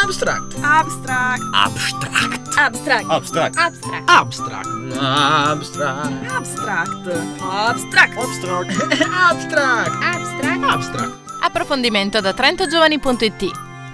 Abstract. Abstract. Abstract. Abstract. Abstract. Abstract. Abstract. Abstract. Abstract. Abstract. Abstract. Abstract. Abstract. Abstract. Approfondimento da trentogiovani.it.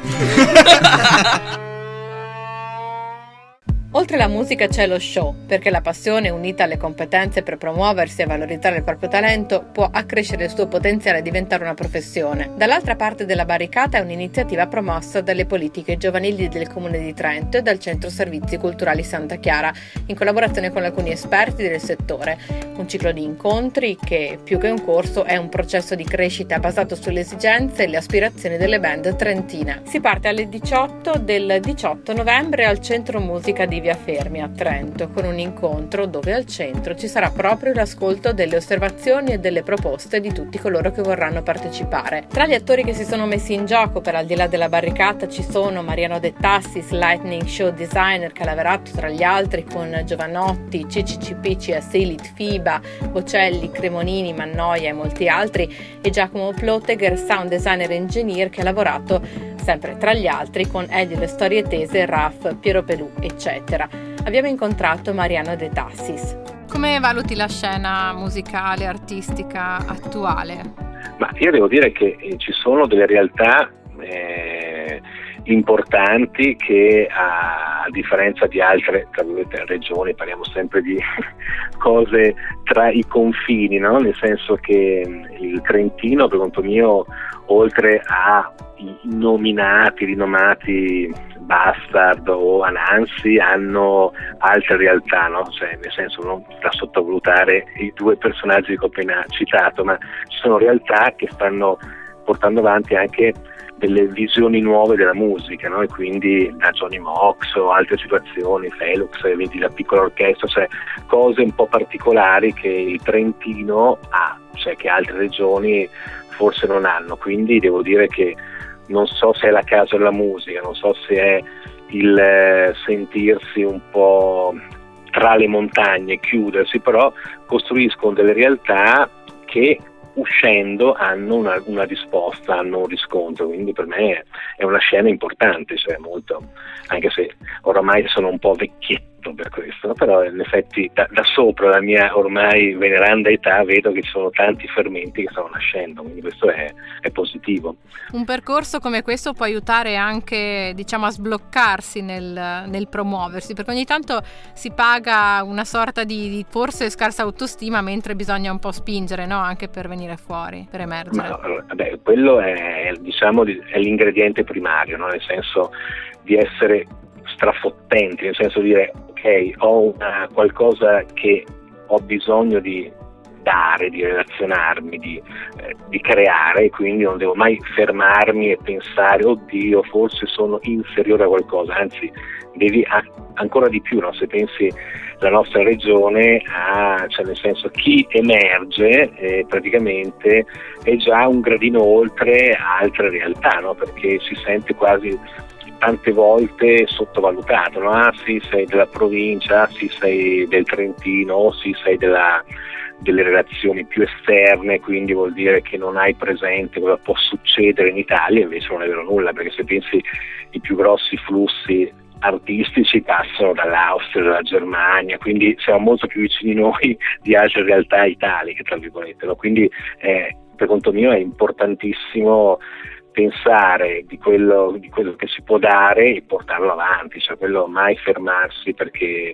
Oltre alla musica c'è lo show, perché la passione unita alle competenze per promuoversi e valorizzare il proprio talento può accrescere il suo potenziale e diventare una professione. Dall'altra parte della barricata è un'iniziativa promossa dalle politiche giovanili del Comune di Trento e dal Centro Servizi Culturali Santa Chiara, in collaborazione con alcuni esperti del settore. Un ciclo di incontri che, più che un corso, è un processo di crescita basato sulle esigenze e le aspirazioni delle band trentine. Si parte alle 18 del 18 novembre al Centro Musica di Via Fermi a Trento, con un incontro dove al centro ci sarà proprio l'ascolto delle osservazioni e delle proposte di tutti coloro che vorranno partecipare. Tra gli attori che si sono messi in gioco per Al di là della barricata ci sono Mariano De Tassis, Lightning Show Designer, che ha lavorato tra gli altri con Giovanotti, CCCP, CSI, Litfiba, Bocelli, Cremonini, Mannoia e molti altri, e Giacomo Plotegher, Sound Designer Engineer, che ha lavorato sempre tra gli altri con Elio Le Storie Tese, Raff, Piero Pelù, eccetera. Abbiamo incontrato Mariano De Tassis. Come valuti la scena musicale, artistica attuale? Ma io devo dire che ci sono delle realtà importanti che a differenza di altre regioni, parliamo sempre di cose tra i confini, no? Nel senso che il Trentino, per conto mio, oltre a i nominati, rinomati Bastard o Anansi, hanno altre realtà, no? Cioè, nel senso, non da sottovalutare i due personaggi che ho appena citato, ma ci sono realtà che stanno portando avanti anche delle visioni nuove della musica, no? E quindi da Johnny Mox o altre situazioni, Felux, vedi la piccola orchestra, cioè cose un po' particolari che il Trentino ha, cioè che altre regioni forse non hanno. Quindi devo dire che non so se è la casa della musica, non so se è il sentirsi un po' tra le montagne, chiudersi, però costruiscono delle realtà che uscendo hanno una risposta, hanno un riscontro, quindi per me è una scena importante, cioè molto, anche se oramai sono un po' vecchietto per questo, però in effetti da sopra la mia ormai veneranda età vedo che ci sono tanti fermenti che stanno nascendo, quindi questo è positivo. Un percorso come questo può aiutare anche, diciamo, a sbloccarsi nel promuoversi, perché ogni tanto si paga una sorta di forse scarsa autostima, mentre bisogna un po' spingere, no? Anche per venire fuori, per emergere. Vabbè, quello è, diciamo, è l'ingrediente primario, no? Nel senso di essere strafottenti, nel senso di dire ok, ho qualcosa che ho bisogno di dare, di relazionarmi, di creare, quindi non devo mai fermarmi e pensare oddio forse sono inferiore a qualcosa, anzi devi ancora di più, no? Se pensi la nostra regione cioè nel senso chi emerge praticamente è già un gradino oltre altre realtà, no? Perché si sente quasi tante volte sottovalutato, no? Ah sì, sei della provincia, sì, sei del Trentino, sì, sei delle relazioni più esterne, quindi vuol dire che non hai presente cosa può succedere in Italia, invece non è vero nulla, perché se pensi i più grossi flussi artistici passano dall'Austria, dalla Germania, quindi siamo molto più vicini noi di altre realtà italiche, tra virgolette, no? Quindi per conto mio è importantissimo pensare di quello che si può dare e portarlo avanti, cioè quello mai fermarsi perché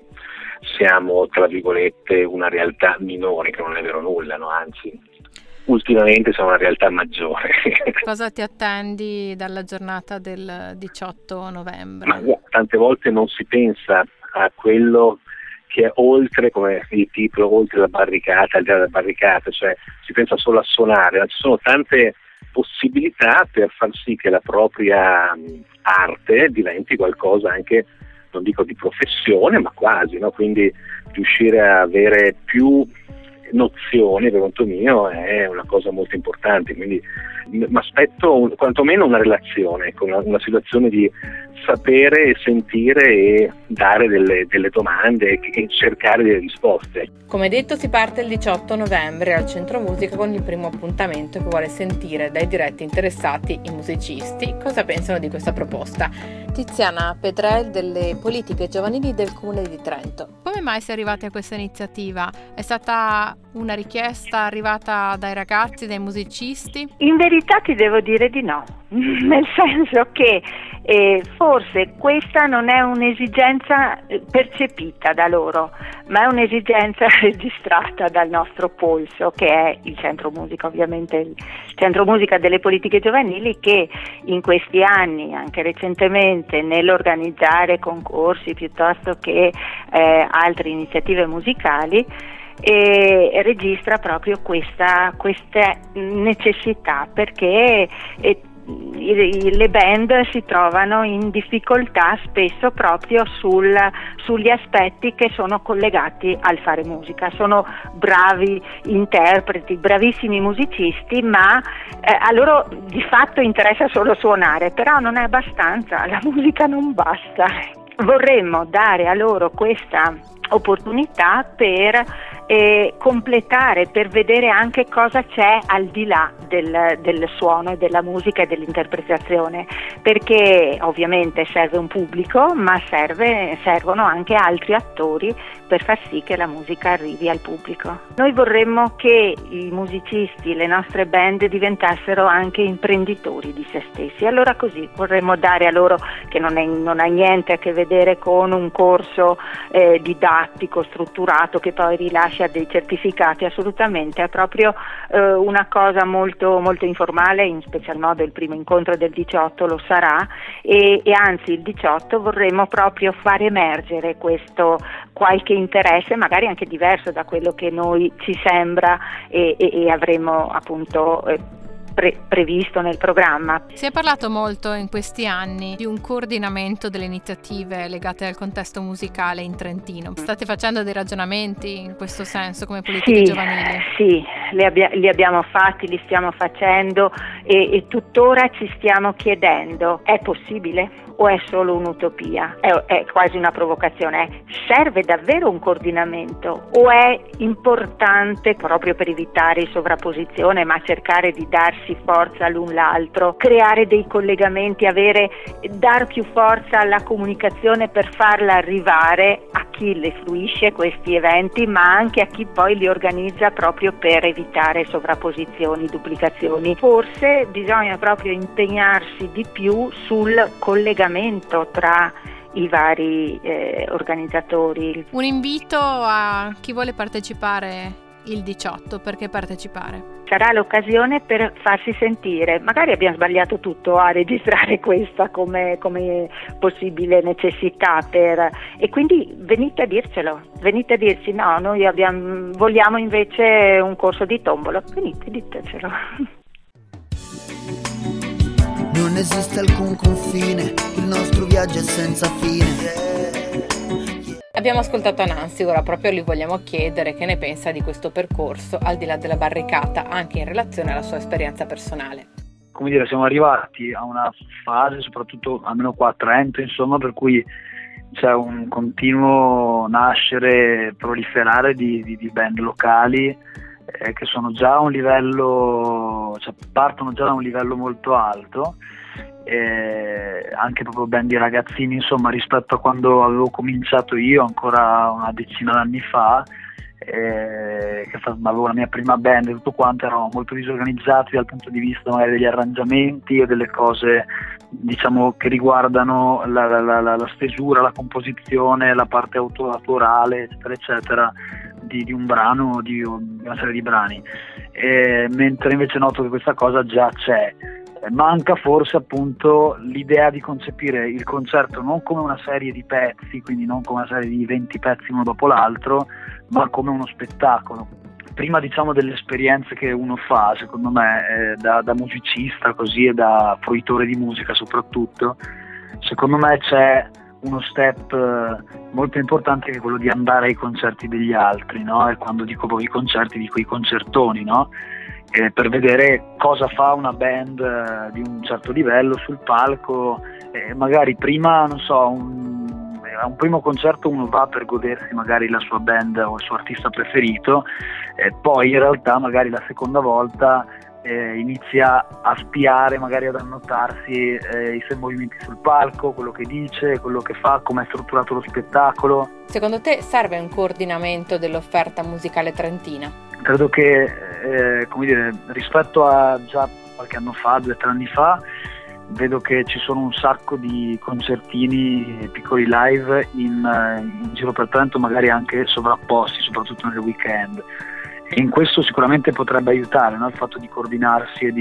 siamo, tra virgolette, una realtà minore, che non è vero nulla, no? Anzi, ultimamente siamo una realtà maggiore. Cosa ti attendi dalla giornata del 18 novembre? Ma tante volte non si pensa a quello che è oltre, come il titolo, oltre la barricata, al di là della barricata, cioè si pensa solo a suonare, ma ci sono tante possibilità per far sì che la propria arte diventi qualcosa anche, non dico di professione, ma quasi, no? Quindi riuscire a avere più nozioni, per conto mio, è una cosa molto importante, quindi mi aspetto quantomeno una relazione, con una situazione di sapere e sentire e dare delle domande e cercare delle risposte. Come detto, si parte il 18 novembre al Centro Musica con il primo appuntamento che vuole sentire dai diretti interessati i musicisti cosa pensano di questa proposta. Tiziana Petrel delle politiche giovanili del Comune di Trento. Come mai si è arrivati a questa iniziativa? È stata una richiesta arrivata dai ragazzi, dai musicisti? In verità ti devo dire di no, nel senso che forse questa non è un'esigenza percepita da loro, ma è un'esigenza registrata dal nostro polso, che è il Centro Musica, ovviamente il Centro Musica delle politiche giovanili, che in questi anni, anche recentemente, nell'organizzare concorsi piuttosto che altre iniziative musicali, e registra proprio questa necessità, perché le band si trovano in difficoltà spesso proprio sugli aspetti che sono collegati al fare musica. Sono bravi interpreti, bravissimi musicisti, ma a loro di fatto interessa solo suonare, però non è abbastanza, la musica non basta. Vorremmo dare a loro questa opportunità per completare, per vedere anche cosa c'è al di là del suono e della musica e dell'interpretazione, perché ovviamente serve un pubblico, ma servono anche altri attori per far sì che la musica arrivi al pubblico. Noi vorremmo che i musicisti, le nostre band diventassero anche imprenditori di se stessi, allora così vorremmo dare a loro, che non ha niente a che vedere con un corso didattico strutturato che poi rilascia dei certificati, assolutamente, è proprio una cosa molto, molto informale, in special modo il primo incontro del 18 lo sarà e anzi il 18 vorremmo proprio far emergere questo qualche interesse, magari anche diverso da quello che noi ci sembra e avremo appunto previsto nel programma. Si è parlato molto in questi anni di un coordinamento delle iniziative legate al contesto musicale in Trentino. State facendo dei ragionamenti in questo senso come politiche giovanili? Sì, li abbiamo fatti, li stiamo facendo e tuttora ci stiamo chiedendo: è possibile o è solo un'utopia? È quasi una provocazione. Serve davvero un coordinamento o è importante, proprio per evitare sovrapposizione, ma cercare di darsi forza l'un l'altro, creare dei collegamenti, dar più forza alla comunicazione per farla arrivare a chi le fruisce questi eventi, ma anche a chi poi li organizza, proprio per evitare sovrapposizioni, duplicazioni. Forse bisogna proprio impegnarsi di più sul collegamento tra i vari organizzatori. Un invito a chi vuole partecipare il 18, perché partecipare? Sarà l'occasione per farsi sentire. Magari abbiamo sbagliato tutto a registrare questa come possibile necessità e quindi venite a dircelo, venite a dirci: no, noi vogliamo invece un corso di tombolo. Venite, ditecelo. Non esiste alcun confine, il nostro viaggio è senza fine. Abbiamo ascoltato Anansi, ora proprio gli vogliamo chiedere che ne pensa di questo percorso, al di là della barricata, anche in relazione alla sua esperienza personale. Come dire, siamo arrivati a una fase, soprattutto almeno qua a Trento, insomma, per cui c'è un continuo nascere, proliferare di band locali che sono già a un livello, cioè partono già da un livello molto alto, anche proprio band di ragazzini, insomma, rispetto a quando avevo cominciato io ancora una decina d'anni fa, che avevo la mia prima band e tutto quanto, eravamo molto disorganizzati dal punto di vista magari degli arrangiamenti o delle cose, diciamo, che riguardano la stesura, la composizione, la parte autorale, eccetera eccetera, di un brano, di una serie di brani, mentre invece noto che questa cosa già c'è. Manca forse appunto l'idea di concepire il concerto non come una serie di pezzi, quindi non come una serie di 20 pezzi uno dopo l'altro, ma come uno spettacolo. Prima, diciamo, delle esperienze che uno fa, secondo me, da musicista così e da fruitore di musica soprattutto, secondo me c'è uno step molto importante, che è quello di andare ai concerti degli altri, no? E quando dico proprio i concerti, dico i concertoni, no? per vedere cosa fa una band di un certo livello sul palco. Magari prima, non so, a un primo concerto uno va per godersi magari la sua band o il suo artista preferito, poi in realtà magari la seconda volta inizia a spiare, magari ad annotarsi i suoi movimenti sul palco, quello che dice, quello che fa, come è strutturato lo spettacolo. Secondo te serve un coordinamento dell'offerta musicale trentina? Credo che rispetto a già qualche anno fa, 2 o 3 anni fa, vedo che ci sono un sacco di concertini, piccoli live in giro per Trento, magari anche sovrapposti, soprattutto nel weekend. E in questo sicuramente potrebbe aiutare, no? Il fatto di coordinarsi e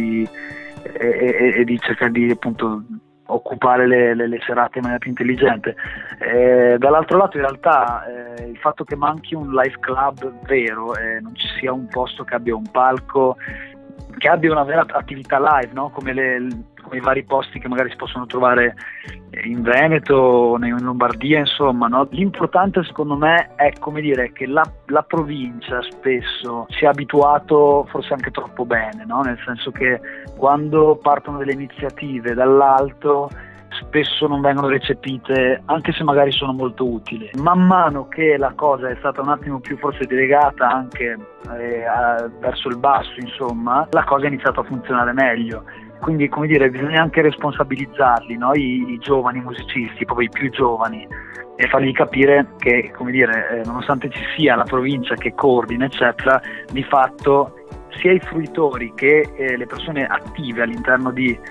di cercare di appunto occupare le serate in maniera più intelligente. Dall'altro lato in realtà il fatto che manchi un live club vero, non ci sia un posto che abbia un palco, che abbia una vera attività live, no? Come i vari posti che magari si possono trovare in Veneto o in Lombardia, insomma, no? L'importante secondo me è, come dire, che la provincia spesso si è abituato forse anche troppo bene, no? Nel senso che quando partono delle iniziative dall'alto spesso non vengono recepite, anche se magari sono molto utili. Man mano che la cosa è stata un attimo più forse delegata anche verso il basso, insomma, la cosa è iniziata a funzionare meglio. Quindi, come dire, bisogna anche responsabilizzarli, no? I giovani musicisti, proprio i più giovani, e fargli capire che, come dire, nonostante ci sia la provincia che coordina, eccetera, di fatto sia i fruitori che le persone attive all'interno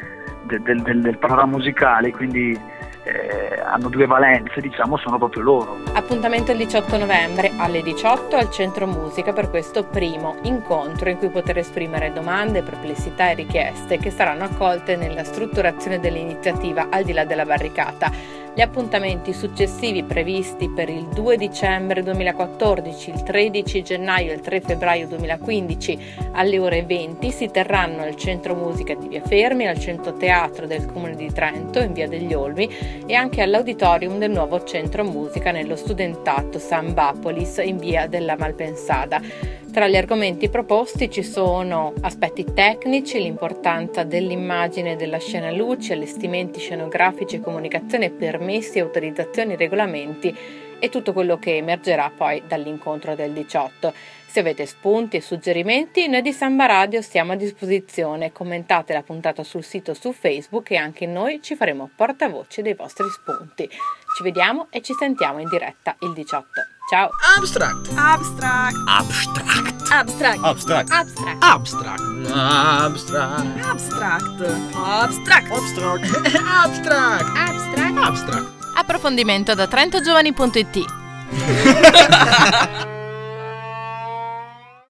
del panorama musicale, quindi hanno 2 valenze, diciamo, sono proprio loro. Appuntamento il 18 novembre alle 18 al Centro Musica per questo primo incontro in cui poter esprimere domande, perplessità e richieste che saranno accolte nella strutturazione dell'iniziativa Al di là della barricata. Gli appuntamenti successivi previsti per il 2 dicembre 2014, il 13 gennaio e il 3 febbraio 2015 alle ore 20 si terranno al Centro Musica di Via Fermi, al Centro Teatro del Comune di Trento in Via degli Olmi e anche all'Auditorium del nuovo Centro Musica nello studentato San Bapolis in Via della Malpensada. Tra gli argomenti proposti ci sono aspetti tecnici, l'importanza dell'immagine della scena luce, allestimenti scenografici e comunicazione, permessi, autorizzazioni, regolamenti e tutto quello che emergerà poi dall'incontro del 18. Se avete spunti e suggerimenti, noi di Samba Radio siamo a disposizione. Commentate la puntata sul sito su Facebook e anche noi ci faremo portavoce dei vostri spunti. Ci vediamo e ci sentiamo in diretta il 18. Ciao! Abstract. Abstract. Abstract. Abstract. Abstract. Abstract. Abstract. Abstract. Abstract. Abstract. Abstract. Abstract. Abstract. Abstract. Approfondimento da trentogiovani.it